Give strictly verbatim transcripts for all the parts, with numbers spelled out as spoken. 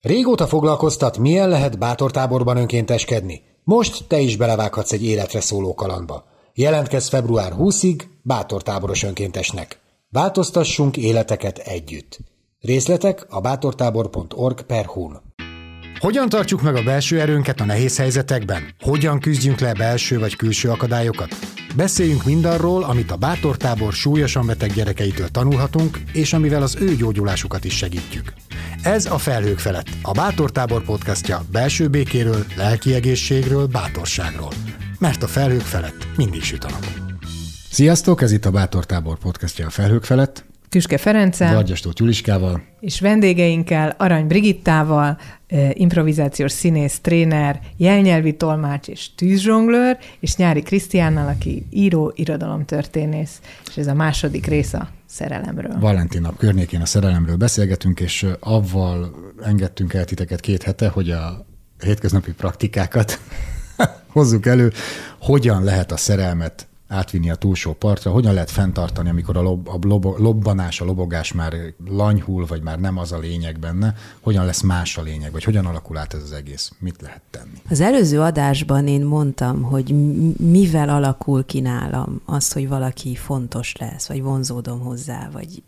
Régóta foglalkoztat, milyen lehet bátortáborban önkénteskedni? Most te is belevághatsz egy életre szóló kalandba. Jelentkezz február huszadikáig bátortáboros önkéntesnek. Változtassunk életeket együtt. Részletek a bátortábor pont org per hu-n. Hogyan tartsuk meg a belső erőnket a nehéz helyzetekben? Hogyan küzdjünk le belső vagy külső akadályokat? Beszéljünk mindarról, amit a bátortábor súlyosan beteg gyerekeitől tanulhatunk, és amivel az ő gyógyulásukat is segítjük. Ez a Felhők felett, a Bátortábor podcastja belső békéről, lelki egészségről, bátorságról. Mert a felhők felett mindig süt a nap. Sziasztok, ez itt a Bátortábor podcastja a Felhők felett. Tüske Ferenccel, Vargyas Juliskával és vendégeinkkel, Arany Brigittával, improvizációs színész, tréner, jelnyelvi tolmács és tűzzsonglőr, és Nyári Krisztiánnal, aki író, irodalomtörténész, és ez a második rész a szerelemről. Valentin nap környékén a szerelemről beszélgetünk, és avval engedtünk el titeket két hete, hogy a hétköznapi praktikákat hozzuk elő, hogyan lehet a szerelmet átvinni a túlsó partra, hogyan lehet fenntartani, amikor a, lob, a lob, lobbanás, a lobogás már lanyhul, vagy már nem az a lényeg benne, hogyan lesz más a lényeg, vagy hogyan alakul át ez az egész, mit lehet tenni. Az előző adásban én mondtam, hogy mivel alakul ki nálam az, hogy valaki fontos lesz, vagy vonzódom hozzá, vagy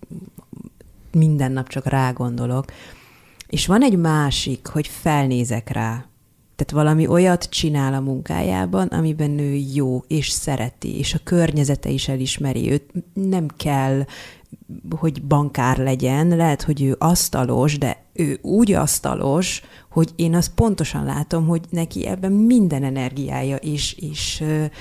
minden nap csak rá gondolok. És van egy másik, hogy felnézek rá. Tehát valami olyat csinál a munkájában, amiben ő jó, és szereti, és a környezete is elismeri. Őt nem kell, hogy bankár legyen, lehet, hogy ő asztalos, de ő úgy asztalos, hogy én azt pontosan látom, hogy neki ebben minden energiája és, és,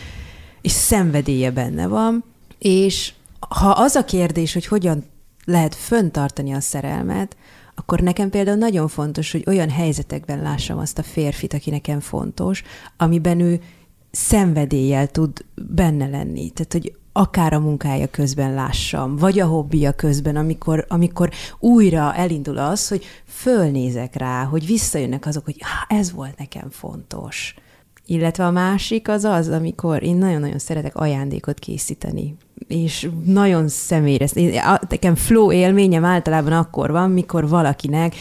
és szenvedélye benne van. És ha az a kérdés, hogy hogyan lehet fenntartani a szerelmet, akkor nekem például nagyon fontos, hogy olyan helyzetekben lássam azt a férfit, aki nekem fontos, amiben ő szenvedéllyel tud benne lenni. Tehát, hogy akár a munkája közben lássam, vagy a hobbija közben, amikor, amikor újra elindul az, hogy fölnézek rá, hogy visszajönnek azok, hogy ez volt nekem fontos. Illetve a másik az az, amikor én nagyon-nagyon szeretek ajándékot készíteni, és nagyon személyre. Nekem flow élményem általában akkor van, mikor valakinek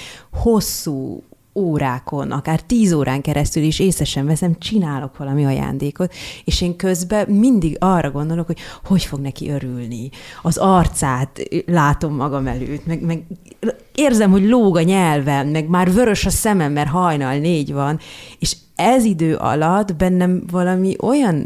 hosszú órákon, akár tíz órán keresztül is észre sem veszem, csinálok valami ajándékot, és én közben mindig arra gondolok, hogy hogy fog neki örülni. Az arcát látom magam előtt, meg, meg érzem, hogy lóg a nyelvem, meg már vörös a szemem, mert hajnal négy van, és ez idő alatt bennem valami olyan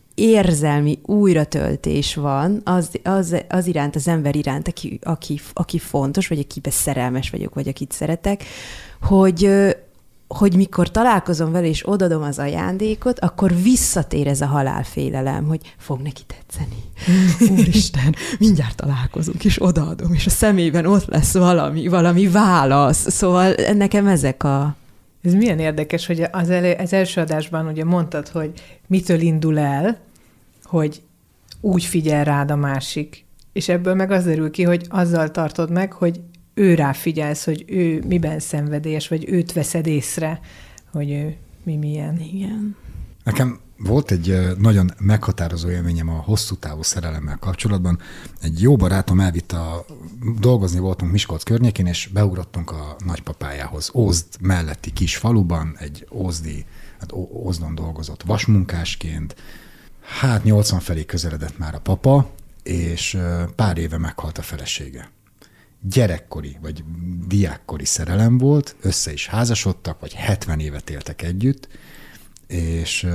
érzelmi újratöltés van az, az, az iránt, az ember iránt, aki, aki, aki fontos, vagy akiben szerelmes vagyok, vagy akit szeretek, hogy, hogy mikor találkozom vele, és odadom az ajándékot, akkor visszatér ez a halálfélelem, hogy fog neki tetszeni. Úristen, mindjárt találkozunk, és odaadom, és a szemében ott lesz valami, valami válasz. Szóval nekem ezek a... Ez milyen érdekes, hogy az, elő, az első adásban ugye mondtad, hogy mitől indul el, hogy úgy figyel rád a másik. És ebből meg az derül ki, hogy azzal tartod meg, hogy ő rá figyelsz, hogy ő miben szenvedélyes, vagy őt veszed észre, hogy ő mi milyen. Igen. Nekem volt egy nagyon meghatározó élményem a hosszú távú szerelemmel kapcsolatban. Egy jó barátom elvitt a, dolgozni voltunk Miskolc környékén, és beugrottunk a nagypapájához. Ózd melletti kis faluban, egy ózdi, hát Ózdon dolgozott vasmunkásként. Hát nyolcvan felé közeledett már a papa, és pár éve meghalt a felesége. Gyerekkori, vagy diákkori szerelem volt, össze is házasodtak, vagy hetven évet éltek együtt, és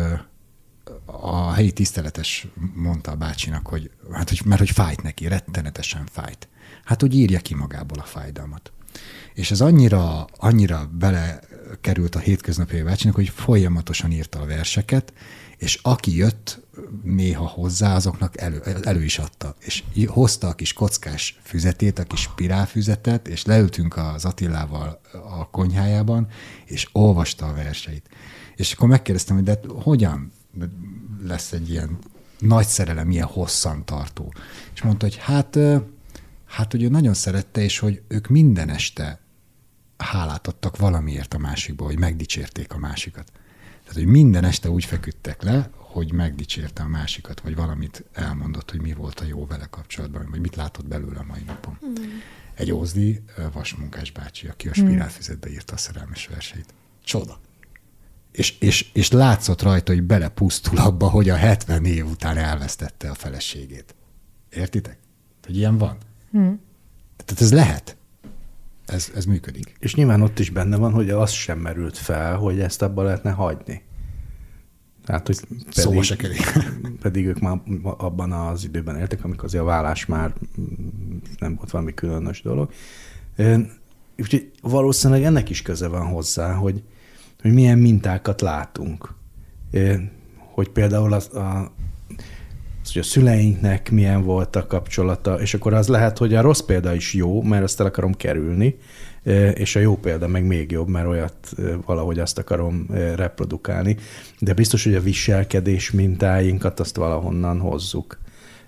a helyi tiszteletes mondta a bácsinak, hogy, hát, hogy, mert hogy fájt neki, rettenetesen fájt. Hát úgy írja ki magából a fájdalmat. És ez annyira, annyira belekerült a hétköznapi bácsinak, hogy folyamatosan írta a verseket, és aki jött néha hozzá, azoknak elő, elő is adta. És hozta a kis kockás füzetét, a kis spirálfüzetet, és leültünk az Attilával a konyhájában, és olvasta a verseit. És akkor megkérdeztem, hogy de hogyan lesz egy ilyen nagy szerelem, ilyen hosszantartó. És mondta, hogy hát, hát, hogy ő nagyon szerette, és hogy ők minden este hálát adtak valamiért a másikba, hogy megdicsérték a másikat. Tehát, hogy minden este úgy feküdtek le, hogy megdicsérte a másikat, vagy valamit elmondott, hogy mi volt a jó vele kapcsolatban, vagy mit látott belőle a mai napon. Mm. egy ózdi vasmunkás bácsi, aki a Spirálfüzetbe írta a szerelmes verseit. Csoda. És, és, és látszott rajta, hogy belepusztul abba, hogy a hetven év után elvesztette a feleségét. Értitek? Hogy ilyen van. Hmm. Tehát ez lehet. Ez, ez működik. És nyilván ott is benne van, hogy az sem merült fel, hogy ezt abba lehetne hagyni. Tehát, hogy szóval se kerül. Pedig ők már abban az időben éltek, amikor azért a vállás már nem volt valami különös dolog. Úgyhogy valószínűleg ennek is köze van hozzá, hogy, hogy milyen mintákat látunk. Hogy például az, a, az, hogy a szüleinknek milyen volt a kapcsolata, és akkor az lehet, hogy a rossz példa is jó, mert azt el akarom kerülni, és a jó példa meg még jobb, mert olyat valahogy azt akarom reprodukálni. De biztos, hogy a viselkedés mintáinkat azt valahonnan hozzuk.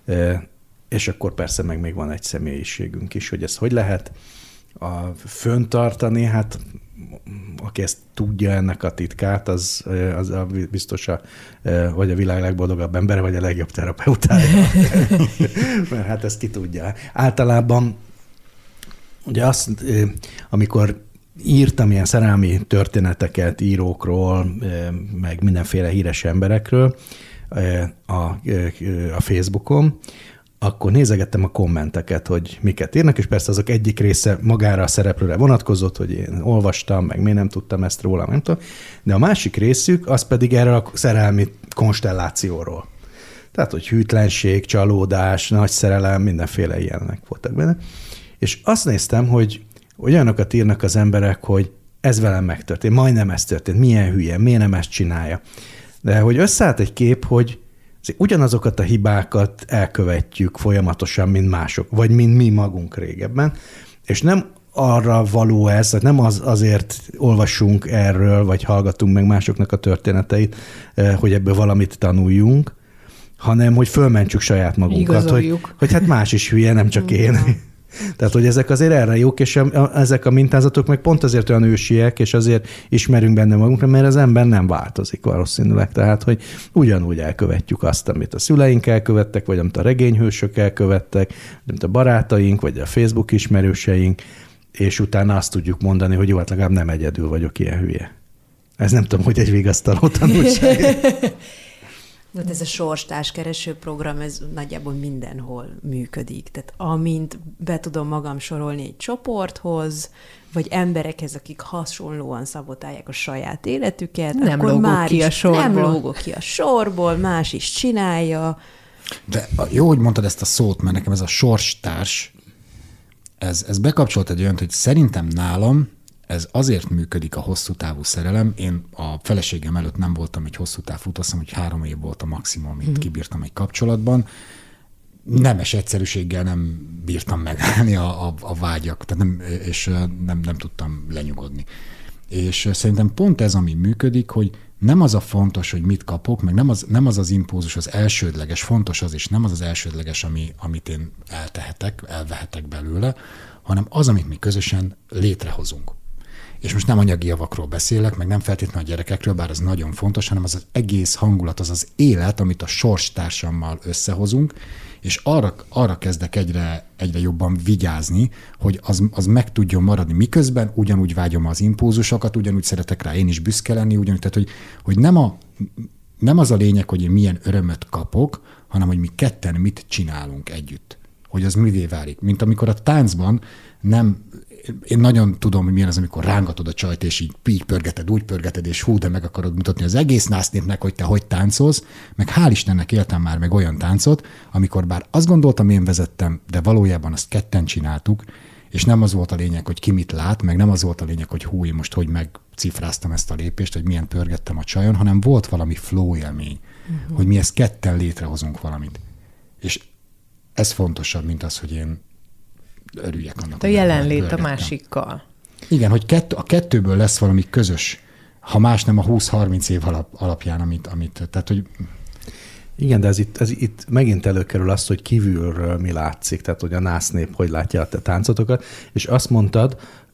És akkor persze meg még van egy személyiségünk is, hogy ezt hogy lehet a föntartani, hát aki ezt tudja ennek a titkát, az, az a biztos a, vagy a világ legboldogabb embere, vagy a legjobb terapeutája. Mert hát ezt ki tudja. Általában ugye azt, amikor írtam ilyen szerelmi történeteket írókról, meg mindenféle híres emberekről a, a Facebookon, akkor nézegettem a kommenteket, hogy miket írnak, és persze azok egyik része magára a szereplőre vonatkozott, hogy én olvastam, meg miért nem tudtam ezt róla, nem tudom. De a másik részük az pedig erről a szerelmi konstellációról. Tehát, hogy hűtlenség, csalódás, nagy szerelem, mindenféle ilyenek voltak benne. És azt néztem, hogy olyanokat írnak az emberek, hogy ez velem megtörtént, majdnem ez történt, milyen hülye, miért nem ezt csinálja. De hogy összeállt egy kép, hogy ugyanazokat a hibákat elkövetjük folyamatosan, mint mások, vagy mint mi magunk régebben, és nem arra való ez, nem az, azért olvasunk erről, vagy hallgatunk meg másoknak a történeteit, hogy ebből valamit tanuljunk, hanem hogy fölmentsük saját magunkat, hogy, hogy hát más is hülye, nem csak én. Tehát, hogy ezek azért erre jók, és a, ezek a mintázatok meg pont azért olyan ősiek, és azért ismerünk benne magunkra, mert az ember nem változik valószínűleg. Tehát, hogy ugyanúgy elkövetjük azt, amit a szüleink elkövettek, vagy amit a regényhősök elkövettek, amit a barátaink, vagy a Facebook ismerőseink, és utána azt tudjuk mondani, hogy jó, hát legalább nem egyedül vagyok ilyen hülye. Ez nem tudom, hogy egy vigasztaló tanulság. Hát ez a sorstárskereső program, ez nagyjából mindenhol működik. Tehát amint be tudom magam sorolni egy csoporthoz, vagy emberekhez, akik hasonlóan szabotálják a saját életüket, nem akkor már ki is a sorból. Nem lógok ki a sorból, más is csinálja. De jó, hogy mondtad ezt a szót, mert nekem ez a sorstárs, ez, ez bekapcsolt egy olyan, hogy szerintem nálam ez azért működik a hosszú távú szerelem. Én a feleségem előtt nem voltam egy hosszú táv futószom, hogy három év volt a maximum, amit kibírtam egy kapcsolatban. Nemes egyszerűséggel nem bírtam megállni a, a, a vágyak, tehát nem, és nem, nem tudtam lenyugodni. És szerintem pont ez, ami működik, hogy nem az a fontos, hogy mit kapok, meg nem az nem az, az impulzus az elsődleges, fontos az is, nem az az elsődleges, ami, amit én eltehetek, elvehetek belőle, hanem az, amit mi közösen létrehozunk. És most nem anyagi javakról beszélek, meg nem feltétlenül a gyerekekről, bár az nagyon fontos, hanem az az egész hangulat, az az élet, amit a sorstársammal összehozunk, és arra, arra kezdek egyre, egyre jobban vigyázni, hogy az, az meg tudjon maradni. Miközben ugyanúgy vágyom az impulzusokat, ugyanúgy szeretek rá én is büszke lenni, ugyanúgy, tehát hogy, hogy nem, a, nem az a lényeg, hogy én milyen örömöt kapok, hanem hogy mi ketten mit csinálunk együtt. Hogy az mivé válik. Mint amikor a táncban nem... Én nagyon tudom, hogy milyen az, amikor rángatod a csajt, és így, így pörgeted, úgy pörgeted, és hú, de meg akarod mutatni az egész násznépnek, hogy te hogy táncolsz, meg hál' Istennek éltem már meg olyan táncot, amikor bár azt gondoltam, én vezettem, de valójában azt ketten csináltuk, és nem az volt a lényeg, hogy ki mit lát, meg nem az volt a lényeg, hogy hú, én most hogy megcifráztam ezt a lépést, hogy milyen pörgettem a csajon, hanem volt valami flow élmény, uh-huh. hogy mi ezt ketten létrehozunk valamit. És ez fontosabb, mint az, hogy én örüljek annak. A jelenlét a másikkal. Igen, hogy kett, a kettőből lesz valami közös, ha más nem a húsz-harminc év alap, alapján, amit, amit tehát, hogy... Igen, de ez itt, ez itt megint előkerül az, hogy kívülről mi látszik, tehát hogy a násznép hogy látja a te táncotokat, és azt mondtad,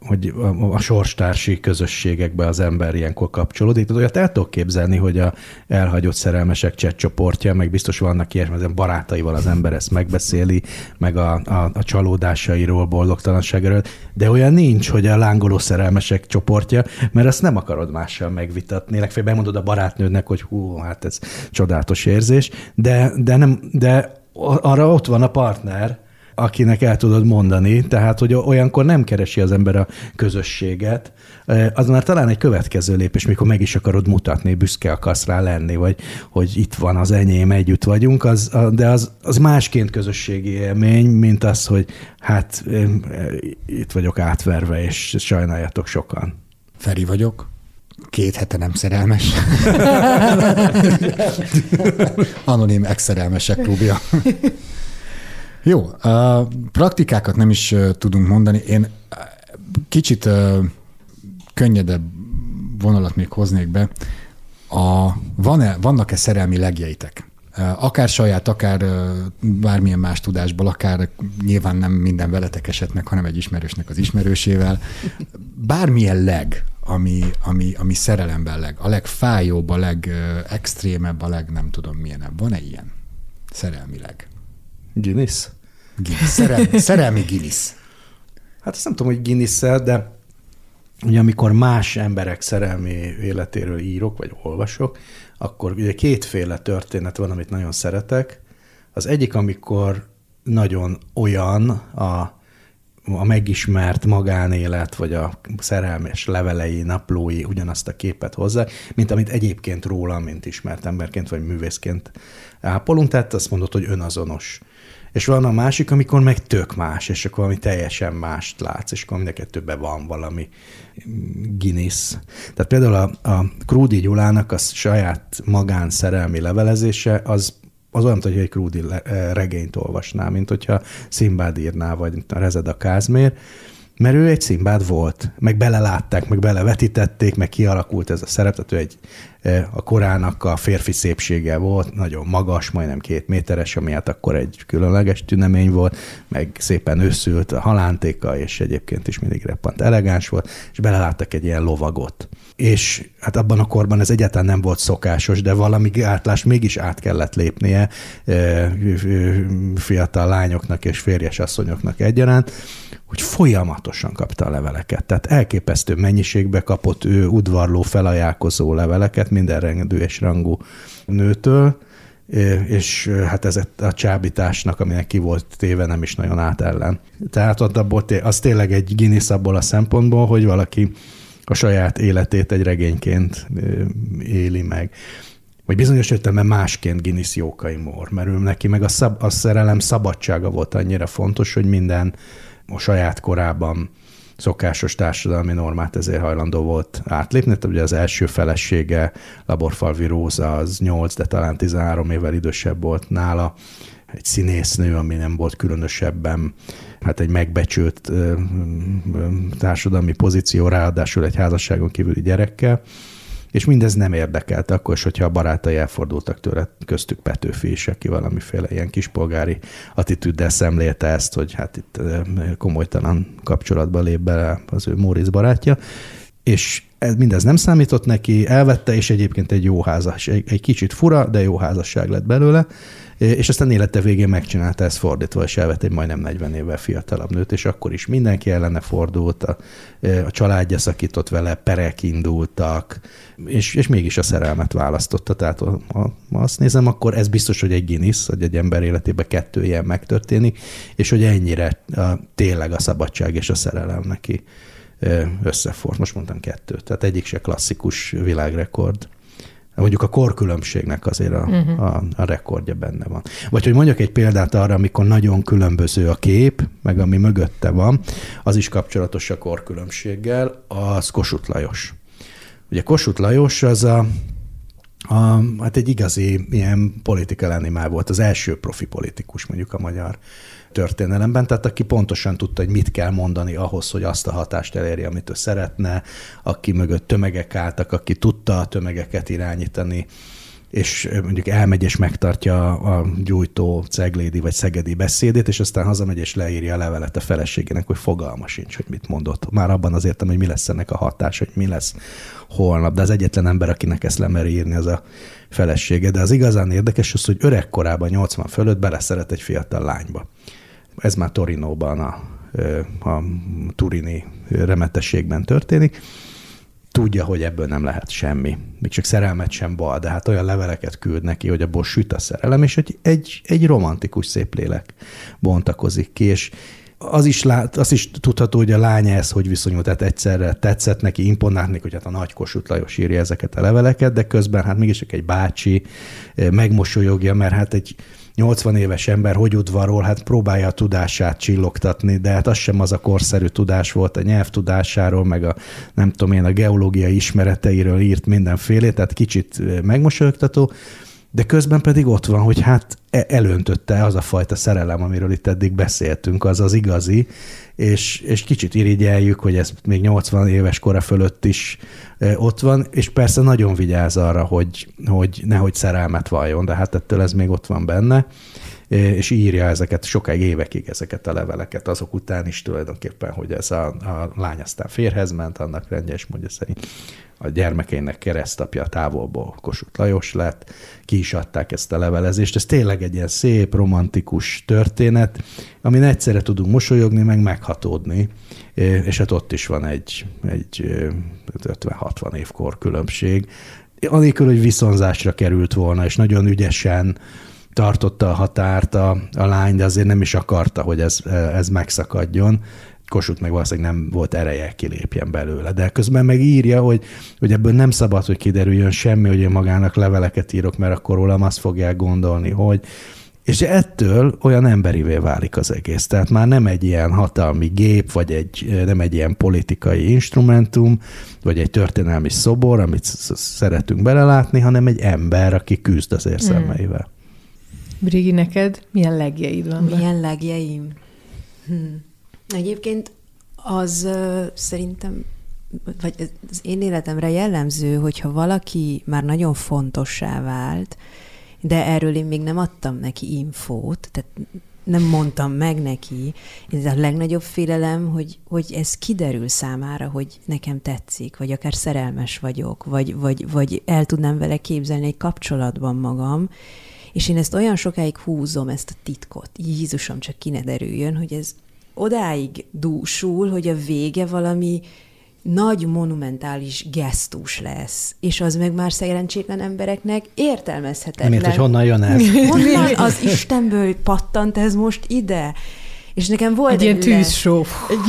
hogy a, a sorstársi közösségekbe az ember ilyenkor kapcsolódik. Tehát olyat el tudok képzelni, hogy a elhagyott szerelmesek chatcsoportja, meg biztos vannak ilyesmi, barátaival az ember ezt megbeszéli, meg a, a, a csalódásairól, boldogtalanságról, de olyan nincs, hogy a lángoló szerelmesek csoportja, mert azt nem akarod mással megvitatni. Legfeljebb elmondod a barátnődnek, hogy hú, hát ez csodálatos érzés, de, de, nem, de arra ott van a partner, akinek el tudod mondani, tehát, hogy olyankor nem keresi az ember a közösséget, az már talán egy következő lépés, mikor meg is akarod mutatni, büszke akarsz rá lenni, vagy hogy itt van az enyém, együtt vagyunk, az, de az, az másként közösségi élmény, mint az, hogy hát itt vagyok átverve, és sajnáljatok sokan. Feri vagyok. Két hete nem szerelmes. Anonim ex-szerelmesek klubja. Jó, uh, praktikákat nem is uh, tudunk mondani. Én kicsit uh, könnyedebb vonalat még hoznék be. A, van-e, vannak-e szerelmi legjeitek? Uh, akár saját, akár uh, bármilyen más tudásból, akár nyilván nem minden veletek esett meg, hanem egy ismerősnek az ismerősével. Bármilyen leg, ami, ami, ami szerelemben leg, a legfájóbb, a legextrémebb, a leg nem tudom milyenebb. Van-e ilyen szerelmileg? Guinness? Guinness. Szerelmi, szerelmi Guinness. Hát azt nem tudom, hogy Guinness-szel, de ugye amikor más emberek szerelmi életéről írok, vagy olvasok, akkor ugye kétféle történet van, amit nagyon szeretek. Az egyik, amikor nagyon olyan a, a megismert magánélet, vagy a szerelmes levelei, naplói ugyanazt a képet hozzá, mint amit egyébként rólam, mint ismert emberként, vagy művészként ápolunk, tehát azt mondod, hogy önazonos. És van a másik, amikor meg tök más, és akkor valami teljesen mást látsz, és akkor mind a kettőben van valami Guinness. Tehát például a, a Krúdy Gyulának a saját magánszerelmi levelezése, az, az olyan, hogy egy Krúdy regényt olvasná, mint hogyha Szimbád írná, vagy a Rezeda Kázmér, mert ő egy Szimbád volt, meg belelátták, meg belevetítették, meg kialakult ez a szerep, tehát ő egy, a korának a férfi szépsége volt, nagyon magas, majdnem két méteres, ami hát akkor egy különleges tünemény volt, meg szépen őszült a halántéka, és egyébként is mindig reppant elegáns volt, és beleláttak egy ilyen lovagot. És hát abban a korban ez egyáltalán nem volt szokásos, de valami gátlás mégis át kellett lépnie fiatal lányoknak és férjes asszonyoknak egyaránt, hogy folyamatosan kapta a leveleket. Tehát elképesztő mennyiségbe kapott ő udvarló, felajánlkozó leveleket minden rendű és rangú nőtől, és hát ez a csábításnak, aminek ki volt téve, nem is nagyon állt ellen. Tehát ott abból az tényleg egy Guinness abból a szempontból, hogy valaki a saját életét egy regényként éli meg. Vagy bizonyos értelemben másként Guinness Jókai Mór, mert ő neki meg a, szab- a szerelem szabadsága volt annyira fontos, hogy minden a saját korában szokásos társadalmi normát ezért hajlandó volt átlépni. Tehát ugye az első felesége, Laborfalvi Róza, az nyolc, de talán tizenhárom évvel idősebb volt nála. Egy színésznő, ami nem volt különösebben hát egy megbecsült társadalmi pozíció, ráadásul egy házasságon kívüli gyerekkel. És mindez nem érdekelte akkor is, hogyha a barátai elfordultak tőle, köztük Petőfi is, aki valamiféle ilyen kispolgári attitűddel szemlélte ezt, hogy hát itt komolytalan kapcsolatba lép bele az ő Móricz barátja. És ez, mindez nem számított neki, elvette, és egyébként egy jó házasság, egy, egy kicsit fura, de jó házasság lett belőle, és aztán élete végén megcsinálta ezt fordítva, és elvett egy majdnem negyven évvel fiatalabb nőt, és akkor is mindenki ellene fordult, a, a családja szakított vele, perek indultak, és, és mégis a szerelmet választotta. Tehát ha, ha azt nézem, akkor ez biztos, hogy egy Guinness, hogy egy ember életében kettő ilyen megtörténik, és hogy ennyire a, tényleg a szabadság és a szerelem neki összefort. Most mondtam kettőt, tehát egyik se klasszikus világrekord. Mondjuk a korkülönbségnek azért a, uh-huh. a, a rekordja benne van. Vagy hogy mondjak egy példát arra, amikor nagyon különböző a kép, meg ami mögötte van, az is kapcsolatos a korkülönbséggel, az Kossuth Lajos. Ugye Kossuth Lajos az a, a, hát egy igazi ilyen political animal volt, az első profi politikus mondjuk a magyar történelemben, tehát aki pontosan tudta, hogy mit kell mondani ahhoz, hogy azt a hatást elérje, amit ő szeretne, aki mögött tömegek álltak, aki tudta a tömegeket irányítani, és mondjuk elmegy és megtartja a gyújtó ceglédi vagy szegedi beszédét, és aztán hazamegy és leírja a levelet a feleségének, hogy fogalma sincs, hogy mit mondott. Már abban az értem, hogy mi lesz ennek a hatás, hogy mi lesz holnap. De az egyetlen ember, akinek ezt lemer írni, az a felesége. De az igazán érdekes az, hogy öregkorában, nyolcvan fölött beleszeret egy fiatal lányba. Ez már Torinóban, a, a turini remetességben történik. Tudja, hogy ebből nem lehet semmi. Még csak szerelmet sem bal, de hát olyan leveleket küld neki, hogy abból süt a szerelem, és egy, egy, egy romantikus szép lélek bontakozik ki, és az is, lát, az is tudható, hogy a lánya ez hogy viszonyult, tehát egyszerre tetszett neki, imponált neki, hogy hát a nagy Kossuth Lajos írja ezeket a leveleket, de közben hát mégis csak egy bácsi megmosolyogja, mert hát egy nyolcvan éves ember hogy udvarol, hát próbálja a tudását csillogtatni, de hát az sem az a korszerű tudás volt, a nyelvtudásáról, meg a nem tudom én, a geológiai ismereteiről írt mindenfélét, tehát kicsit megmosolyogtató, de közben pedig ott van, hogy hát elöntötte az a fajta szerelem, amiről itt eddig beszéltünk, az az igazi, és, és kicsit irigyeljük, hogy ez még nyolcvan éves kora fölött is ott van, és persze nagyon vigyáz arra, hogy, hogy nehogy szerelmet valljon, de hát ettől ez még ott van benne, és írja ezeket sokáig, évekig ezeket a leveleket, azok után is tulajdonképpen, hogy ez a, a lány aztán férhez ment, annak rendes módja szerint a gyermekeinek keresztapja távolból Kossuth Lajos lett, ki is adták ezt a levelezést. Ez tényleg egy ilyen szép, romantikus történet, amin egyszerre tudunk mosolyogni, meg meghatódni, és hát ott is van egy, egy ötven-hatvan évkor különbség. Anélkül, hogy viszonzásra került volna, és nagyon ügyesen tartotta a határt a, a lány, de azért nem is akarta, hogy ez, ez megszakadjon. Kossuth meg valószínűleg nem volt ereje, kilépjen belőle. De közben meg írja, hogy, hogy ebből nem szabad, hogy kiderüljön semmi, hogy én magának leveleket írok, mert akkor rólam azt fogják gondolni, hogy... És ettől olyan emberivé válik az egész. Tehát már nem egy ilyen hatalmi gép, vagy egy, nem egy ilyen politikai instrumentum, vagy egy történelmi szobor, amit szeretünk belelátni, hanem egy ember, aki küzd az érzelmeivel. Brigi, neked milyen legjeid van? Milyen legjeim? Hm. Egyébként az uh, szerintem, vagy az én életemre jellemző, hogyha valaki már nagyon fontossá vált, de erről én még nem adtam neki infót, tehát nem mondtam meg neki. Ez a legnagyobb félelem, hogy, hogy ez kiderül számára, hogy nekem tetszik, vagy akár szerelmes vagyok, vagy, vagy, vagy el tudnám vele képzelni egy kapcsolatban magam, és én ezt olyan sokáig húzom, ezt a titkot. Jézusom, csak ki ne derüljön, hogy ez odáig dúsul, hogy a vége valami nagy monumentális gesztus lesz, és az meg már szerencsétlen embereknek értelmezhetetlen. Nem, hogy honnan jön ez? Honnan az Istenből pattant ez most ide? És nekem volt egy, egy ilyen tűzsó.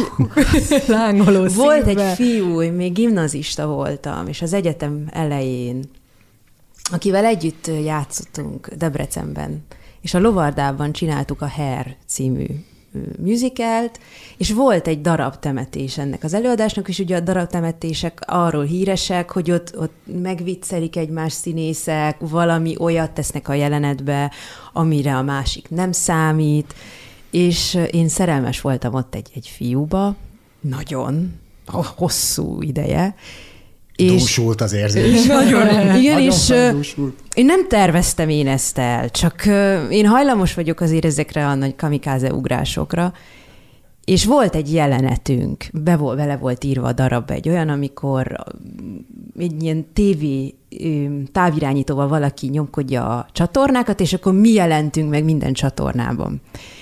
Egy lángoló Volt szívbe. egy fiú, én még gimnazista voltam, és az egyetem elején, akivel együtt játszottunk Debrecenben, és a Lovardában csináltuk a Hair című musicalt, és volt egy darabtemetés ennek az előadásnak, és ugye a darabtemetések arról híresek, hogy ott, ott megviccelik egymás színészek, valami olyat tesznek a jelenetbe, amire a másik nem számít, és én szerelmes voltam ott egy, egy fiúba, nagyon, hosszú ideje, Dúsult az érzés. Nagyon, igen, nagyon és én nem terveztem én ezt el, csak én hajlamos vagyok azért ezekre a nagy kamikáze ugrásokra, és volt egy jelenetünk, be volt, bele volt írva a darabba egy olyan, amikor egy ilyen tévé távirányítóval valaki nyomkodja a csatornákat, és akkor mi jelentünk meg minden csatornában.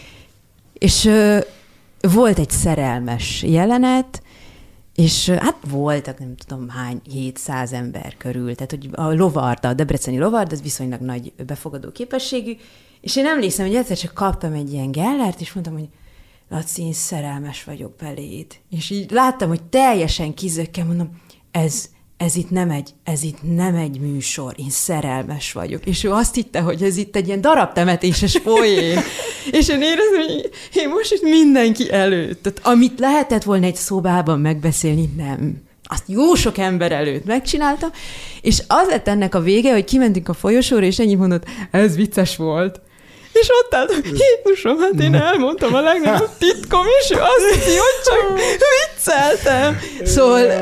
És volt egy szerelmes jelenet, és hát voltak, nem tudom hány, hétszáz ember körül, tehát hogy a Lovarda, a debreceni Lovarda, az viszonylag nagy befogadó képességű, és én emlékszem, hogy egyszer csak kaptam egy ilyen gellert, és mondtam, hogy Laci, én szerelmes vagyok beléd. És így láttam, hogy teljesen kizökkem, mondom, ez, ez itt nem egy, ez itt nem egy műsor, én szerelmes vagyok. És ő azt hitte, hogy ez itt egy ilyen darabtemetéses poén. És én éreztem, hogy én most itt mindenki előtt. Tehát amit lehetett volna egy szobában megbeszélni, nem. Azt jó sok ember előtt megcsináltam, és az lett ennek a vége, hogy kimentünk a folyosóra, és ennyi mondott, ez vicces volt. És ott álltam, Jézusom, hát én elmondtam a legnagyobb titkom, és ő azt hiszi, hogy csak vicceltem. Szóval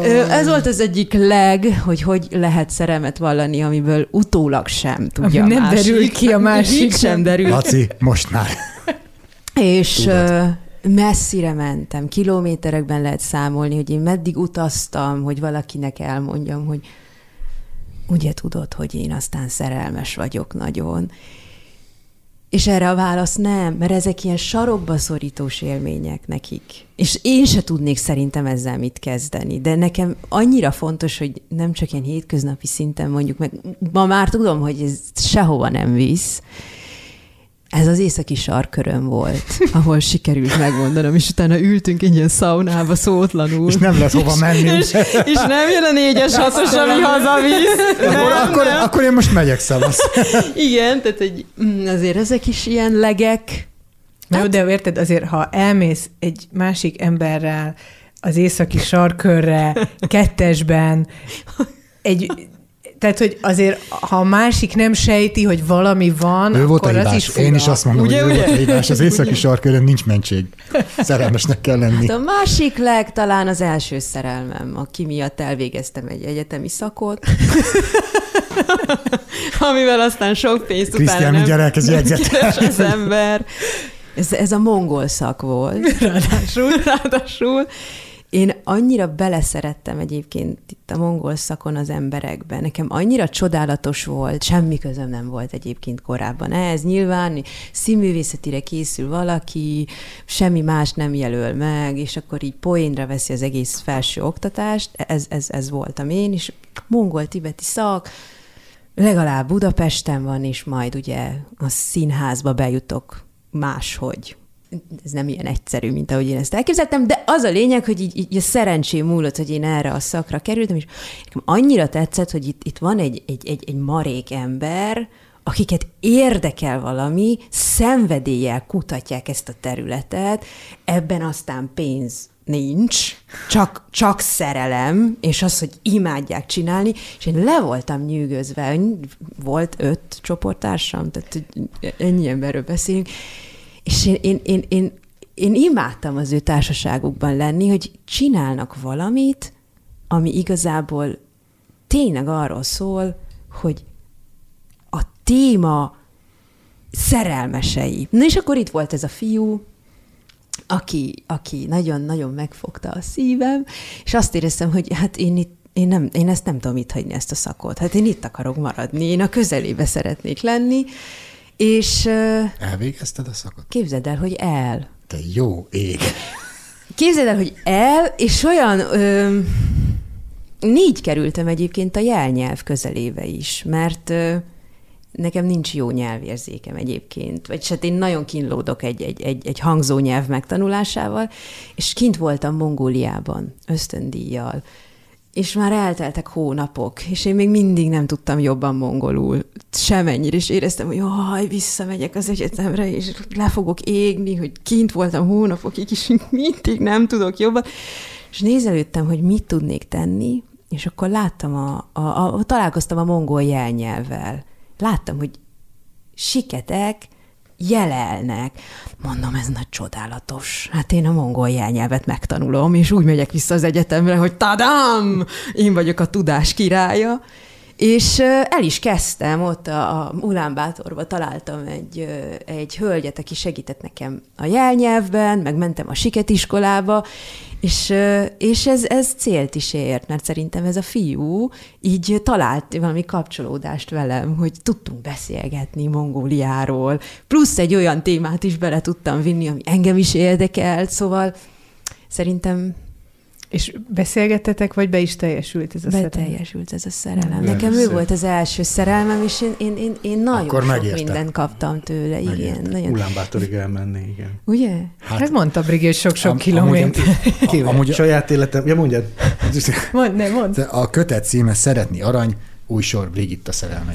Ez volt az egyik leg, hogy hogy lehet szerelmet vallani, amiből utólag sem tudja Ami a nem másik. derül ki a másik. sem derül. Laci, most már. És Tudod. messzire mentem, kilométerekben lehet számolni, hogy én meddig utaztam, hogy valakinek elmondjam, hogy ugye tudod, hogy én aztán szerelmes vagyok nagyon. És erre a válasz nem, mert ezek ilyen sarokba szorítós élmények nekik. És én se tudnék szerintem ezzel mit kezdeni, de nekem annyira fontos, hogy nem csak ilyen hétköznapi szinten mondjuk meg, ma már tudom, hogy ez sehova nem visz. Ez az északi sarkkörön volt, ahol sikerült megmondanom, és utána ültünk egy ilyen szaunába szótlanul. És nem lehet hova menni. És, és nem jön a négyes hatos, ami hazavisz. Akkor, Nem, akkor, nem. akkor én most megyek, szavasz. Igen, tehát hogy azért ezek is ilyen legek. Na jó, de érted, azért, ha elmész egy másik emberrel az északi sarkkörre, kettesben, egy... Tehát, hogy azért, ha a másik nem sejti, hogy valami van, ő volt a akkor az hibás. is fura. Én is azt mondom, Ugye, hogy ő ugye? volt a hibás. Az északi sarkörön nincs mentség. Szerelmesnek kell lenni. A másik leg talán az első szerelmem, aki miatt elvégeztem egy egyetemi szakot, amivel aztán sok pénzt utána Krisztián, nem mindjárt elkezd jegyzetelni. keres az ember. Ez, ez a mongol szak volt. Ráadásul, ráadásul. Én annyira beleszerettem egyébként itt a mongol szakon az emberekben. Nekem annyira csodálatos volt, semmi közöm nem volt egyébként korábban. Ez nyilván színművészetire készül valaki, semmi más nem jelöl meg, és akkor így poénra veszi az egész felső oktatást. Ez, ez, ez voltam én, és mongol-tibeti szak, legalább Budapesten van, és majd ugye a színházba bejutok máshogy. Ez nem ilyen egyszerű, mint ahogy én ezt elképzeltem, de az a lényeg, hogy így, így a szerencsém múlott, hogy én erre a szakra kerültem, és nekem annyira tetszett, hogy itt, itt van egy, egy, egy, egy marék ember, akiket érdekel valami, szenvedéllyel kutatják ezt a területet, ebben aztán pénz nincs, csak, csak szerelem, és az, hogy imádják csinálni, és én le voltam nyűgözve, volt öt csoporttársam, tehát ennyi emberről beszélünk, és én, én, én, én, én imádtam az ő társaságukban lenni, hogy csinálnak valamit, ami igazából tényleg arról szól, hogy a téma szerelmesei. Na és akkor itt volt ez a fiú, aki, aki nagyon-nagyon megfogta a szívem, és azt éreztem, hogy hát én itt Én, nem, én ezt nem tudom itt hagyni, ezt a szakot. Hát én itt akarok maradni, én a közelébe szeretnék lenni, és... Elvégezted a szakot? Képzeld el, hogy el. Te jó ég. Képzeld el, hogy el, és olyan... Ö, négy kerültem egyébként a jelnyelv közelébe is, mert ö, nekem nincs jó nyelvérzékem egyébként, vagy hát én nagyon kínlódok egy, egy, egy, egy hangzónyelv megtanulásával, és kint voltam Mongóliában ösztöndíjjal, és már elteltek hónapok, és én még mindig nem tudtam jobban mongolul, semennyire, és éreztem, hogy jaj, visszamegyek az egyetemre, és le fogok égni, hogy kint voltam hónapokig, és mindig nem tudok jobban. És nézelődtem, hogy mit tudnék tenni, és akkor láttam, a, a, a, találkoztam a mongol jelnyelvvel. Láttam, hogy siketek jelelnek. Mondom, ez nagy csodálatos. Hát én a mongol jelnyelvet megtanulom, és úgy megyek vissza az egyetemre, hogy tadám! Én vagyok a tudás királya. És el is kezdtem, ott a, a Ulánbátorba találtam egy, egy hölgyet, aki segített nekem a jelnyelvben, meg mentem a siketiskolába, és, és ez, ez célt is ért, mert szerintem ez a fiú így talált valami kapcsolódást velem, hogy tudtunk beszélgetni Mongóliáról, plusz egy olyan témát is bele tudtam vinni, ami engem is érdekelt, szóval szerintem... És beszélgettetek, vagy be is teljesült ez a szerelem? Beteljesült ez a szerelem. Nekem ő volt az első szerelmem, és én, én, én, én nagyon Akkor sok megérte. mindent kaptam tőle. Igen, nagyon. Ulánbátorig elmenni, igen. Ugye? Hát, hát mondta Brigi, hogy sok-sok am- kilométer. amúgy- amúgy Saját életem, ja mondjad. Mondd, ne, mondd. a kötet címe Szeretni arany, új sor Brigitta szerelmei.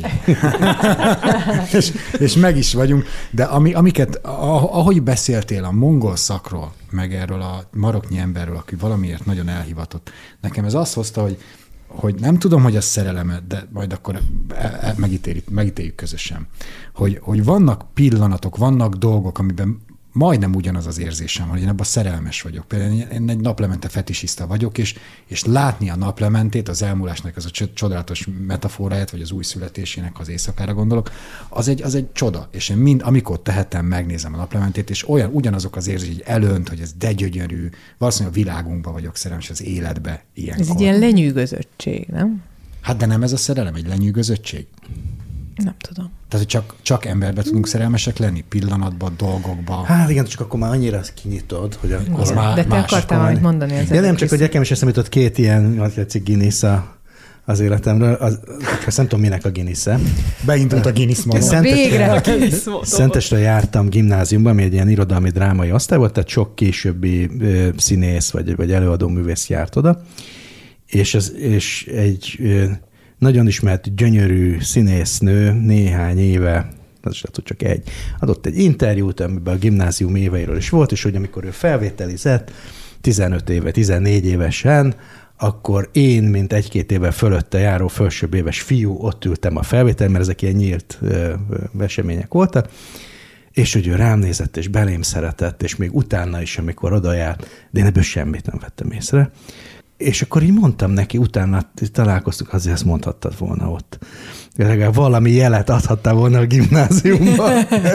és, és meg is vagyunk, de ami, amiket, ahogy beszéltél a mongol szakról, meg erről a maroknyi emberről, aki valamiért nagyon elhivatott, nekem ez azt hozta, hogy, hogy nem tudom, hogy a szerelemet, de majd akkor megítéljük, megítéljük közösen, hogy, hogy vannak pillanatok, vannak dolgok, amiben majdnem ugyanaz az érzésem, hogy én abban szerelmes vagyok. Például én egy naplemente fetisista vagyok, és, és látni a naplementét, az elmúlásnak az a csodálatos metaforáját, vagy az új születésének, az éjszakára gondolok, az egy, az egy csoda. És én mind, amikor tehetem, megnézem a naplementét, és olyan, ugyanazok az érzések, hogy elönt, hogy ez de gyönyörű, valószínűleg a világunkban vagyok szerelmes, az életbe ilyenkor. Ez egy ilyen lenyűgözöttség, nem? Hát de nem ez a szerelem, egy lenyűgözöttség? Nem tudom. Tehát, hogy csak, csak emberbe tudunk szerelmesek lenni, pillanatban, dolgokban. Hát igen, csak akkor már annyira kinyitod, hogy akkor... Az már de te másik. akartál valamit mondani az Ja, nem, csak hogy nekem is eszembe jutott két ilyen, hogy tetszik, Guinness a, az életemről. Az, azt nem tudom, minek a Guinness-e. Beindult a Guinness maga. Szentesre, Végre a Guinness motor. Szentesre jártam gimnáziumban, ami egy ilyen irodalmi drámai osztály volt, tehát sok későbbi ö, színész vagy, vagy előadó művész járt oda, és, az, és egy... Ö, nagyon ismert, gyönyörű színésznő néhány éve, az is lehet, hogy csak egy, adott egy interjút, amiben a gimnázium éveiről is volt, és hogy amikor ő felvételizett, tizenöt éve, tizennégy évesen, akkor én, mint egy-két éve fölötte járó felsőbb éves fiú, ott ültem a felvétel, mert ezek ilyen nyílt ö, ö, események voltak, és hogy ő rám nézett, és belém szeretett, és még utána is, amikor oda járt, de én ebből semmit nem vettem észre. És akkor így mondtam neki, utána találkoztuk, azért ezt mondhattad volna ott. Legalább valami jelet adhattál volna a gimnáziumban,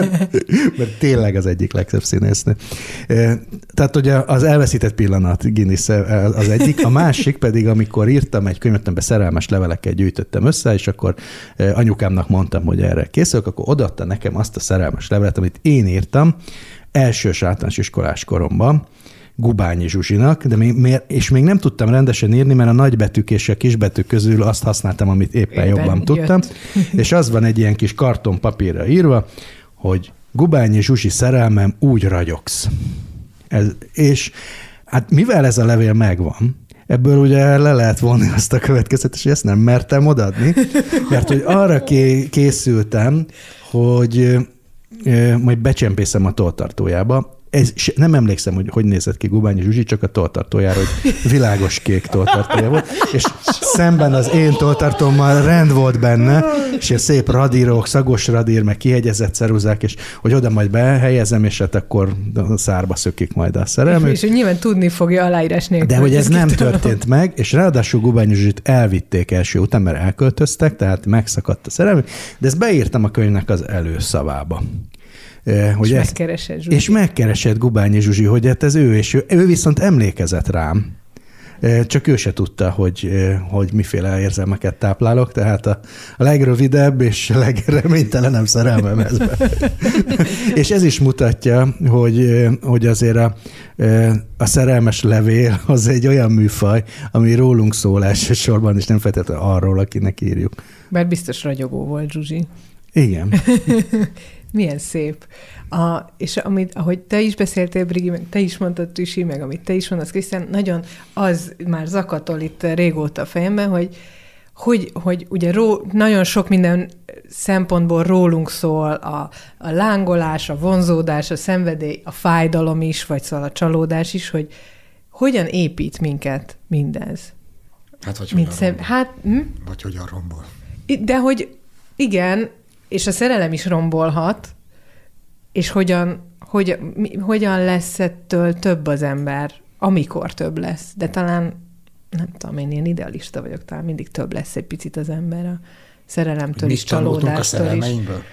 mert tényleg az egyik legszebb színésznő. Tehát ugye az elveszített pillanat Guinness az egyik, a másik pedig, amikor írtam egy könyvet, amiben szerelmes leveleket gyűjtöttem össze, és akkor anyukámnak mondtam, hogy erre készülök, akkor odaadta nekem azt a szerelmes levelet, amit én írtam elsős általános iskolás koromban, Gubányi Zsuzsinak, de még, és még nem tudtam rendesen írni, mert a nagybetűk és a kisbetűk közül azt használtam, amit éppen, éppen jobban jött. tudtam. És az van egy ilyen kis kartonpapírra írva, hogy Gubányi Zsuzsi szerelmem, úgy ragyogsz. Ez, és hát mivel ez a levél megvan, ebből ugye le lehet vonni azt a következtetést, hogy ezt nem mertem odaadni, mert hogy arra készültem, hogy majd becsempészem a tolltartójába. Ez, nem emlékszem, hogy hogy nézett ki Gubányi Zsuzsi, csak a tolltartójára, hogy világos kék tolltartója volt, és szemben az én tolltartómmal rend volt benne, és ilyen szép radírok, szagos radír, meg kihegyezett ceruzák, és hogy oda majd behelyezem, és hát akkor szárba szökik majd a szerelmük. És, és hogy nyilván tudni fogja aláírás nélkül. De hogy ez nem történt meg, és ráadásul Gubányi Zsuzsit elvitték első után, mert elköltöztek, tehát megszakadt a szerelmük, de ezt beírtam a könyvnek az előszavába. Hogy és ezt, megkeresett Zsuzsi. És megkeresett Gubányi Zsuzsi, hogy hát ez ő, és ő, ő viszont emlékezett rám. Csak ő se tudta, hogy, hogy miféle érzelmeket táplálok, tehát a, a legrövidebb és a legreménytelenebb szerelmem ez. És ez is mutatja, hogy, hogy azért a, a szerelmes levél az egy olyan műfaj, ami rólunk szól elsősorban, és nem feltétlenül arról, akinek írjuk. Bár biztos ragyogó volt Zsuzsi. Igen. Milyen szép. A, és amit, ahogy te is beszéltél, Brigi, meg te is mondtad, Tüsi, meg amit te is mondasz, Krisztián, nagyon az már zakatol itt régóta a fejemben, hogy, hogy, hogy ugye ró, nagyon sok minden szempontból rólunk szól, a, a lángolás, a vonzódás, a szenvedély, a fájdalom is, vagy szóval a csalódás is, hogy hogyan épít minket mindez. Hát, vagy hogyan szem... rombol. Hát, hm? Vagy hogyan rombol. De hogy igen, és a szerelem is rombolhat, és hogyan, hogyan, mi, hogyan lesz ettől több az ember, amikor több lesz. De talán, nem tudom, én ilyen idealista vagyok, talán mindig több lesz egy picit az ember a szerelemtől mi is, csalódástól a is.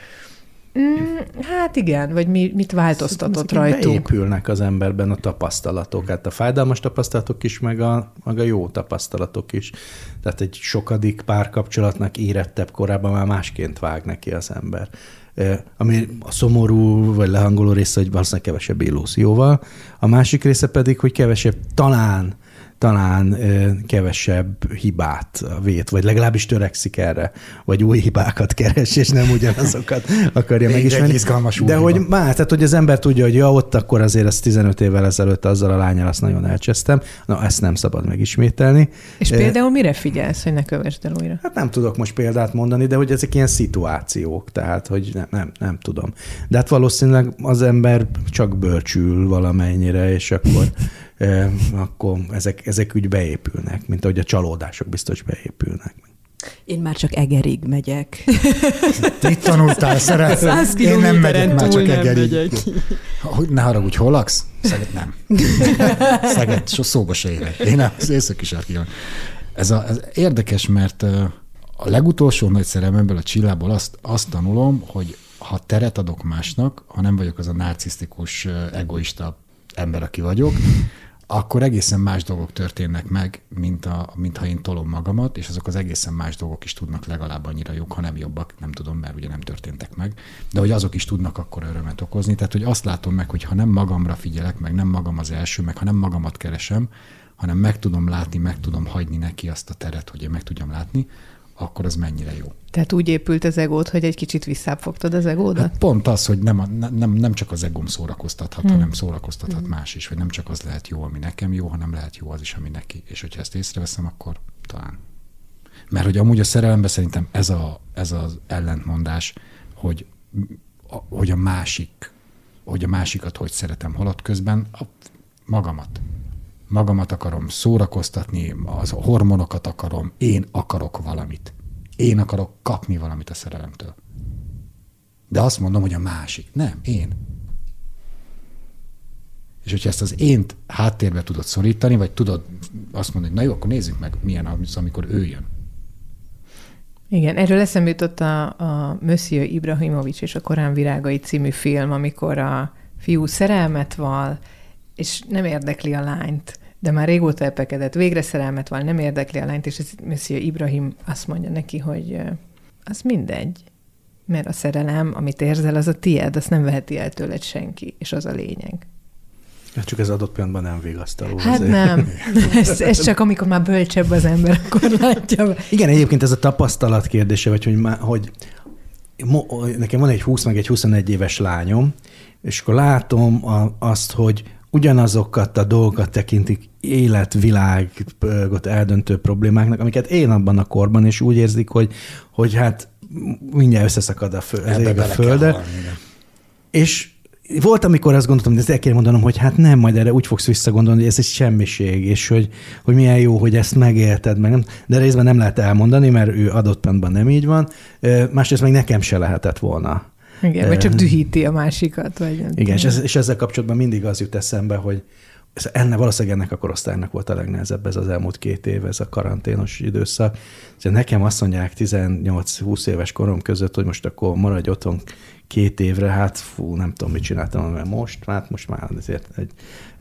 Mm, hát igen, vagy mi, mit változtatott rajtunk. Beépülnek az emberben a tapasztalatok, hát a fájdalmas tapasztalatok is, meg a, meg a jó tapasztalatok is. Tehát egy sokadik párkapcsolatnak érettebb korában már másként vág neki az ember. Ami a szomorú vagy lehangoló része, hogy valószínűleg kevesebb illúzióval. A másik része pedig, hogy kevesebb, talán talán kevesebb hibát vét, vagy legalábbis törekszik erre, vagy új hibákat keres, és nem ugyanazokat akarja megismerni. De hogy már, tehát hogy az ember tudja, hogy ja, ott akkor azért ezt tizenöt évvel ezelőtt azzal a lányal azt nagyon elcsesztem, na ezt nem szabad megismételni. És például mire figyelsz, hogy ne kövesd el újra? Hát nem tudok most példát mondani, de hogy ezek ilyen szituációk, tehát hogy nem, nem, nem tudom. De hát valószínűleg az ember csak bölcsül valamennyire, és akkor akkor ezek, ezek úgy beépülnek, mint ahogy a csalódások biztos beépülnek. Én már csak Egerig megyek. Itt tanultál, szeretsz? Én nem megyek, már csak Egerig. Ne haragudj, hol laksz? Szeged nem. Szeged, so szóba se érek. Én az északi sarkon. Ez, a, ez érdekes, mert a legutolsó nagy szerelmemből, a Csillából azt, azt tanulom, hogy ha teret adok másnak, ha nem vagyok az a narcisztikus, egoista ember, aki vagyok, akkor egészen más dolgok történnek meg, mint, a, mint ha én tolom magamat, és azok az egészen más dolgok is tudnak legalább annyira jók, ha nem jobbak, nem tudom, mert ugye nem történtek meg, de hogy azok is tudnak akkor örömet okozni. Tehát, hogy azt látom meg, hogy ha nem magamra figyelek, meg nem magam az első, meg ha nem magamat keresem, hanem meg tudom látni, meg tudom hagyni neki azt a teret, hogy én meg tudjam látni, akkor az mennyire jó. Tehát úgy épült az egód, hogy egy kicsit visszábbfogtad az egódat? Hát pont az, hogy nem, nem, nem csak az egóm szórakoztathat, hmm. hanem szórakoztathat hmm. más is, hogy nem csak az lehet jó, ami nekem jó, hanem lehet jó az is, ami neki. És hogyha ezt észreveszem, akkor talán. Mert hogy amúgy a szerelemben szerintem ez, a, ez az ellentmondás, hogy, hogy a másik, hogy a másikat hogy szeretem, holott közben a magamat. Magamat akarom szórakoztatni, az hormonokat akarom, én akarok valamit. Én akarok kapni valamit a szerelemtől. De azt mondom, hogy a másik. Nem, én. És hogyha ezt az ént háttérbe tudod szorítani, vagy tudod azt mondani, hogy na jó, akkor nézzük meg, milyen az, amikor ő jön. Igen, erről eszembe jutott a, a Monsieur Ibrahimovics és a Korán virágai című film, amikor a fiú szerelmet val, és nem érdekli a lányt, de már régóta epekedett, végre szerelmet val, nem érdekli a lányt, és ez Monsieur Ibrahim azt mondja neki, hogy az mindegy, mert a szerelem, amit érzel, az a tied, azt nem veheti el tőled senki, és az a lényeg. Csak ez adott pillanatban nem vigasztaló. Hát azért. Nem. Ez, ez csak amikor már bölcsebb az ember, akkor látja. Igen, egyébként ez a tapasztalat kérdése, vagy hogy, hogy nekem van egy húsz meg egy huszonegy éves lányom, és akkor látom a, azt, hogy ugyanazokat a dolgokat tekintik életvilágot eldöntő problémáknak, amiket én abban a korban, és úgy érzik, hogy, hogy hát mindjárt összeszakad a, föld, az ég a földe. És volt, amikor azt gondoltam, hogy ezt el kell mondanom, hogy hát nem, majd erre úgy fogsz visszagondolni, hogy ez egy semmiség, és hogy, hogy milyen jó, hogy ezt megélted, meg nem, de részben nem lehet elmondani, mert ő adott pontban nem így van, másrészt meg nekem se lehetett volna. Igen, vagy csak dühíti a másikat. Vagy igen, és, ez, és ezzel kapcsolatban mindig az jut eszembe, hogy ez enne, valószínűleg ennek a korosztálynak volt a legnehezebb ez az elmúlt két év, ez a karanténos időszak. Nekem azt mondják tizennyolc-húsz éves korom között, hogy most akkor maradj otthon két évre, hát fú, nem tudom, mit csináltam, mert most, hát most már azért egy,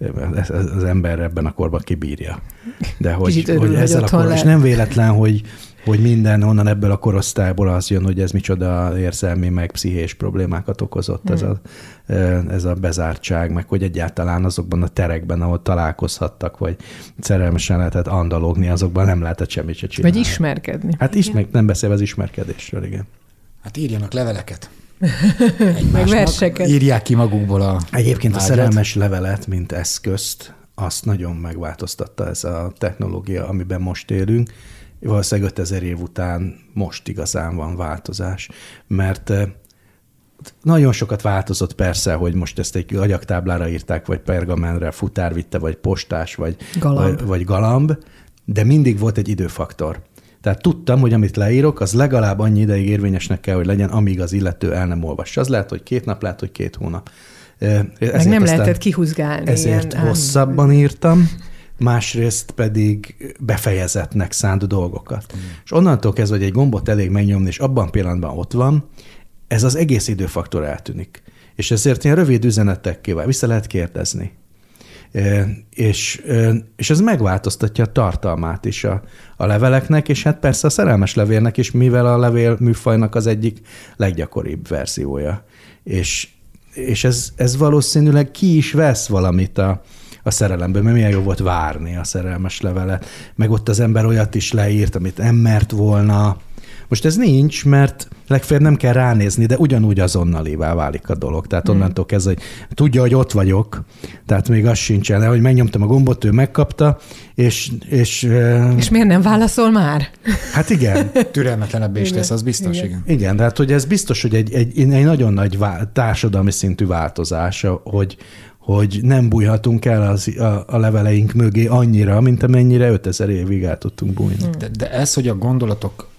az ember ebben a korban kibírja. De hogy, örül, hogy ezzel a korban, és nem véletlen, hogy hogy minden onnan ebből a korosztályból az jön, hogy ez micsoda érzelmi, meg pszichés problémákat okozott, hmm. ez, a, ez a bezártság, meg hogy egyáltalán azokban a terekben, ahol találkozhattak, vagy szerelmesen lehetett andalogni, azokban nem lehetett semmit se csinálni. Vagy ismerkedni. Hát ismer, nem beszélve az ismerkedésről, igen. Hát írjanak leveleket. Meg verseket. Írják ki magukból a Egyébként vágyat. A szerelmes levelet, mint eszközt, azt nagyon megváltoztatta ez a technológia, amiben most élünk. Valószínűleg ötezer év után most igazán van változás, mert nagyon sokat változott persze, hogy most ezt egy agyagtáblára írták, vagy pergamentre, futár vitte, vagy postás, vagy galamb. vagy galamb, de mindig volt egy időfaktor. Tehát tudtam, hogy amit leírok, az legalább annyi ideig érvényesnek kell, hogy legyen, amíg az illető el nem olvassa. Az lehet, hogy két nap, lehet, hogy két hónap. Ezért meg nem lehetett kihúzgálni. Ezért ilyen, hosszabban írtam, másrészt pedig befejezetnek szánt dolgokat. Mm. És onnantól kezdve, hogy egy gombot elég megnyomni, és abban pillanatban ott van, ez az egész időfaktor eltűnik. És ezért ilyen rövid üzenetekkel vissza lehet kérdezni. E, és, és ez megváltoztatja a tartalmát is a, a leveleknek, és hát persze a szerelmes levélnek is, mivel a levél műfajnak az egyik leggyakoribb verziója. És, és ez, ez valószínűleg ki is vesz valamit a a szerelemből, mert milyen jó volt várni a szerelmes levelet, meg ott az ember olyat is leírt, amit nem mert volna. Most ez nincs, mert legfeljebb nem kell ránézni, de ugyanúgy azonnalivá válik a dolog. Tehát onnantól kezdve, hogy tudja, hogy ott vagyok, tehát még az sincsen, hogy megnyomtam a gombot, ő megkapta, és... És, és miért nem válaszol már? Hát igen. Türelmetlenebbé is tesz, az biztos, igen. Igen, igen, tehát hogy ez biztos, hogy egy, egy, egy nagyon nagy vá- társadalmi szintű változás, hogy hogy nem bújhatunk el az, a, a leveleink mögé annyira, mint amennyire ötezer évig el tudtunk bújni. De, de ez, hogy a gondolatok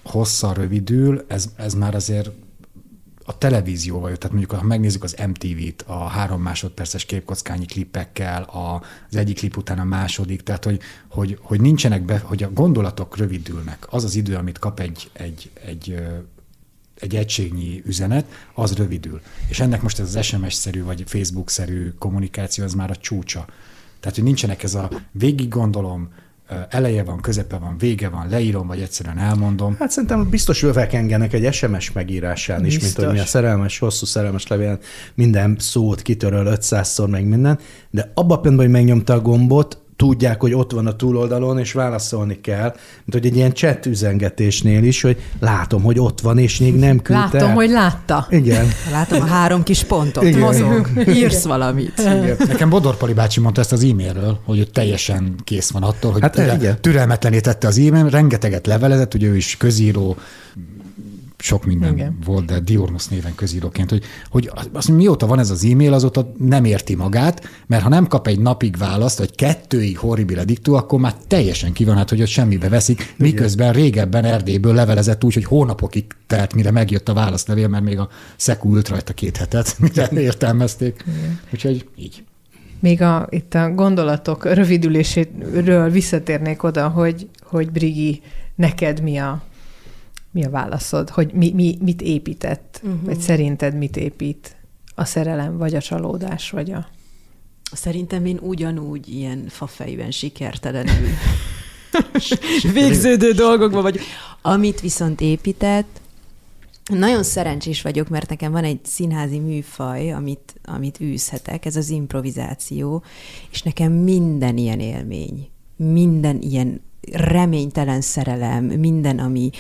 hosszan rövidül, ez, ez már azért a televízióval jött. Tehát mondjuk, ha megnézzük az em té vét, a három másodperces képkockányi klippekkel, a, az egyik klip után a második, tehát hogy, hogy, hogy nincsenek be, hogy a gondolatok rövidülnek. Az az idő, amit kap egy, egy, egy, egy egységnyi üzenet, az rövidül. És ennek most ez az es em es-szerű vagy Facebook-szerű kommunikáció, az már a csúcsa. Tehát, hogy nincsenek ez a végig gondolom, eleje van, közepe van, vége van, leírom, vagy egyszerűen elmondom. Hát szerintem biztos övek egy es em es megírásán is, biztos. Mint hogy mi a szerelmes, hosszú szerelmes levélen minden szót kitöröl ötszázszor, meg minden, de abban a pillanatban, hogy megnyomta a gombot, tudják, hogy ott van a túloldalon, és válaszolni kell, mint hogy egy ilyen chat üzengetésnél is, hogy látom, hogy ott van, és még nem küldte. Látom, hogy látta. Igen. Látom a három kis pontot, Igen. mozog, írsz valamit. Igen. Nekem Bodor Pali bácsi mondta ezt az e-mailről, hogy ő teljesen kész van attól, hogy Hát, türel, türelmetlené tette az e-mail, rengeteget levelezett, ugye ő is közíró, sok minden igen. volt, de Diornusz néven közíróként, hogy, hogy azt mondja, mióta van ez az e-mail, azóta nem érti magát, mert ha nem kap egy napig választ, vagy kettőig horribile diktú, akkor már teljesen ki van, hát, hogy ott semmibe veszik, miközben régebben Erdélyből levelezett úgy, hogy hónapokig telt, mire megjött a válaszlevél, mert még a Szekú ült rajta két hetet, mire értelmezték. Igen. Úgyhogy így. Még a, itt a gondolatok rövidüléséről visszatérnék oda, hogy, hogy Brigi, neked mi a Mi a válaszod? Hogy mi, mi, mit épített? Uh-huh. Vagy szerinted mit épít a szerelem, vagy a csalódás, vagy a... Szerintem én ugyanúgy ilyen fafejben sikertelenül végződő dolgokban vagy. Amit viszont épített, nagyon szerencsés vagyok, mert nekem van egy színházi műfaj, amit, amit űzhetek, ez az improvizáció, és nekem minden ilyen élmény, minden ilyen reménytelen szerelem, minden, ami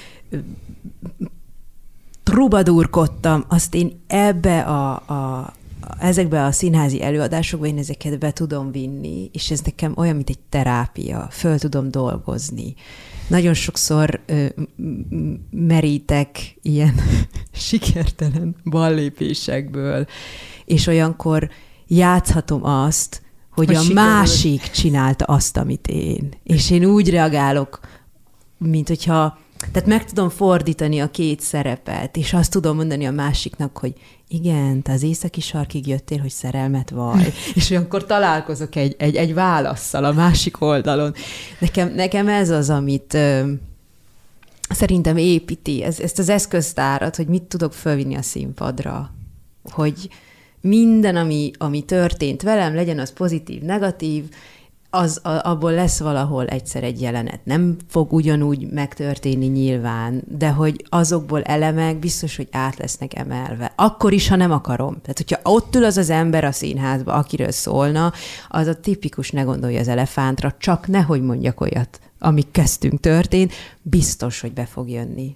trubadúrkodtam, azt én ebbe a, a, ezekbe a színházi előadásokba én ezeket be tudom vinni, és ez nekem olyan, mint egy terápia, föl tudom dolgozni. Nagyon sokszor ö, merítek ilyen sikertelen ballépésekből, és olyankor játszhatom azt, hogy, hogy a sikerül. Másik csinálta azt, amit én. És én úgy reagálok, mint hogyha tehát meg tudom fordítani a két szerepet, és azt tudom mondani a másiknak, hogy igen, te az északi sarkig jöttél, hogy szerelmet vaj. És olyankor találkozok egy, egy, egy válasszal a másik oldalon. Nekem, nekem ez az, amit ö, szerintem építi, ez, ezt az eszköztárat, hogy mit tudok fölvinni a színpadra. Hogy minden, ami, ami történt velem, legyen az pozitív, negatív, az, a, abból lesz valahol egyszer egy jelenet. Nem fog ugyanúgy megtörténni nyilván, de hogy azokból elemek biztos, hogy át lesznek emelve. Akkor is, ha nem akarom. Tehát, hogyha ott ül az az ember a színházba, akiről szólna, az a tipikus ne gondolja az elefántra, csak nehogy mondjak olyat, amik kezdtünk történt, biztos, hogy be fog jönni.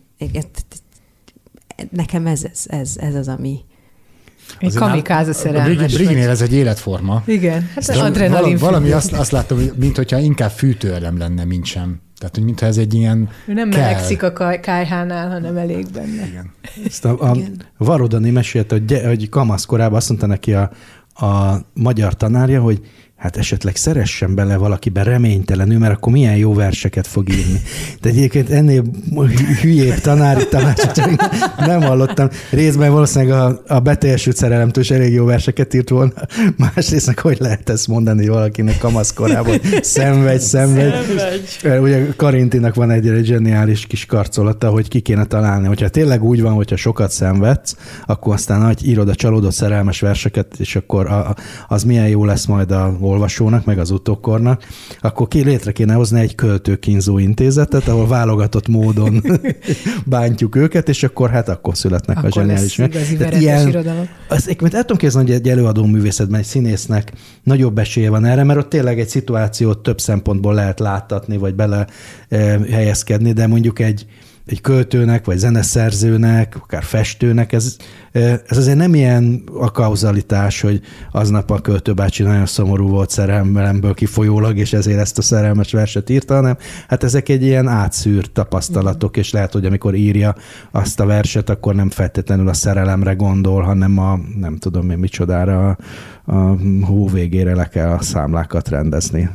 Nekem ez, ez, ez, ez az, ami... Egy kamikáze szerelmes. A Briginél ez egy életforma. Igen, hát az adrenalin. Valami azt, azt látom, mint hogyha inkább fűtőelem lenne, mint sem. Tehát, hogy mintha ez egy ilyen ő nem kell. Melegszik a kájhánál, hanem elég benne. Igen. Ezt a, a Varodani mesélte, hogy, hogy kamaszkorában azt mondta neki a, a magyar tanárja, hogy hát esetleg szeressen bele valakiben reménytelenül, mert akkor milyen jó verseket fog írni. De egyébként ennél hülyébb tanári tanácsot nem hallottam. Részben valószínűleg a, a beteljesült szerelemtől is elég jó verseket írt volna. Másrészt meg hogy lehet ezt mondani valakinek kamaszkorában? Szenvedj, szenvedj. szenvedj. Ugye Karintinak van egy, egy zseniális kis karcolata, hogy ki kéne találni. Hogyha tényleg úgy van, hogyha sokat szenvedsz, akkor aztán nagy írod a csalódott szerelmes verseket, és akkor a, az milyen jó lesz majd a olvasónak, meg az utókornak, akkor ki létre kéne hozni egy költőkínzó intézetet, ahol válogatott módon bántjuk őket, és akkor hát akkor születnek akkor a zseniális. Akkor lesz igazi veretes irodalom. Azt el tudom képzelni, hogy egy előadó művészetben egy színésznek nagyobb esélye van erre, mert ott tényleg egy szituációt több szempontból lehet láttatni, vagy bele eh, helyezkedni, de mondjuk egy egy költőnek, vagy zeneszerzőnek, akár festőnek, ez, ez azért nem ilyen a kauzalitás, hogy aznap a költőbácsi nagyon szomorú volt szerelemből kifolyólag, és ezért ezt a szerelmes verset írta, hanem hát ezek egy ilyen átszűrt tapasztalatok, és lehet, hogy amikor írja azt a verset, akkor nem feltétlenül a szerelemre gondol, hanem a nem tudom én micsodára, a, a hó végére le kell a számlákat rendezni.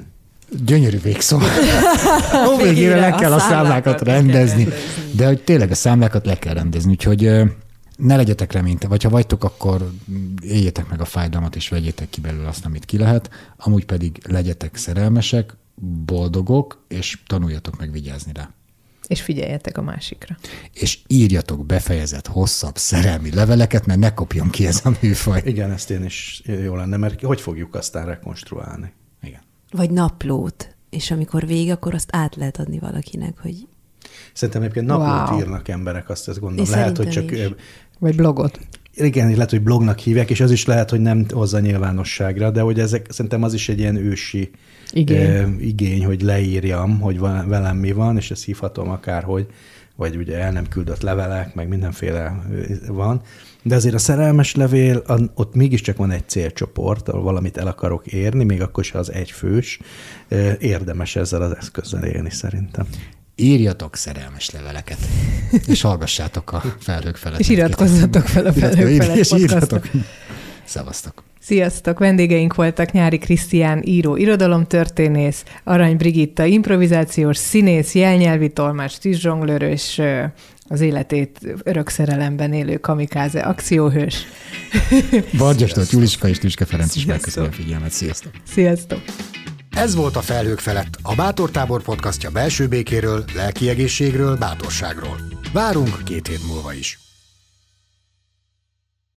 Gyönyörű végszó. Ó, végére le kell a, a számlákat rendezni. De hogy tényleg a számlákat le kell rendezni, úgyhogy ne legyetek reményte, vagy ha vagytok, akkor éljetek meg a fájdalmat, és vegyétek ki belőle azt, amit ki lehet, amúgy pedig legyetek szerelmesek, boldogok, és tanuljatok meg vigyázni rá. És figyeljetek a másikra. És írjatok befejezett, hosszabb szerelmi leveleket, mert ne kopjon ki ez a műfaj. Igen, ezt én is jó lenne, mert hogy fogjuk aztán rekonstruálni? Igen. Vagy naplót, és amikor vége, akkor azt át lehet adni valakinek, hogy... Szerintem egyébként naplót wow. írnak emberek, azt ezt gondolom. És lehet, hogy csak... is. Vagy blogot. Igen, lehet, hogy blognak hívják, és az is lehet, hogy nem hozza nyilvánosságra, de hogy ezek, szerintem az is egy ilyen ősi igény, eh, igény hogy leírjam, hogy velem mi van, és ezt hívhatom akárhogy, vagy ugye el nem küldött levelek, meg mindenféle van. De azért a szerelmes levél, ott mégiscsak van egy célcsoport, ahol valamit el akarok érni, még akkor is az egyfős. Eh, érdemes ezzel az eszközzel élni szerintem. Írjatok szerelmes leveleket, és hallgassátok a Felhők felett. És iratkozzatok fel a Felhők felett podcastra. Szevasztok! Sziasztok! Vendégeink voltak Nyári Krisztián, író, irodalomtörténész, Arany Brigitta, improvizációs színész, jelnyelvi tolmács, tűzzsonglőr, és az életét örök szerelemben élő kamikáze akcióhős. Bargyastott Juliska és Tüske Ferenc is megköszönöm a figyelmet. Sziasztok! Sziasztok! Ez volt a Felhők felett, a Bátortábor podcastja belső békéről, lelki egészségről, bátorságról. Várunk két hét múlva is.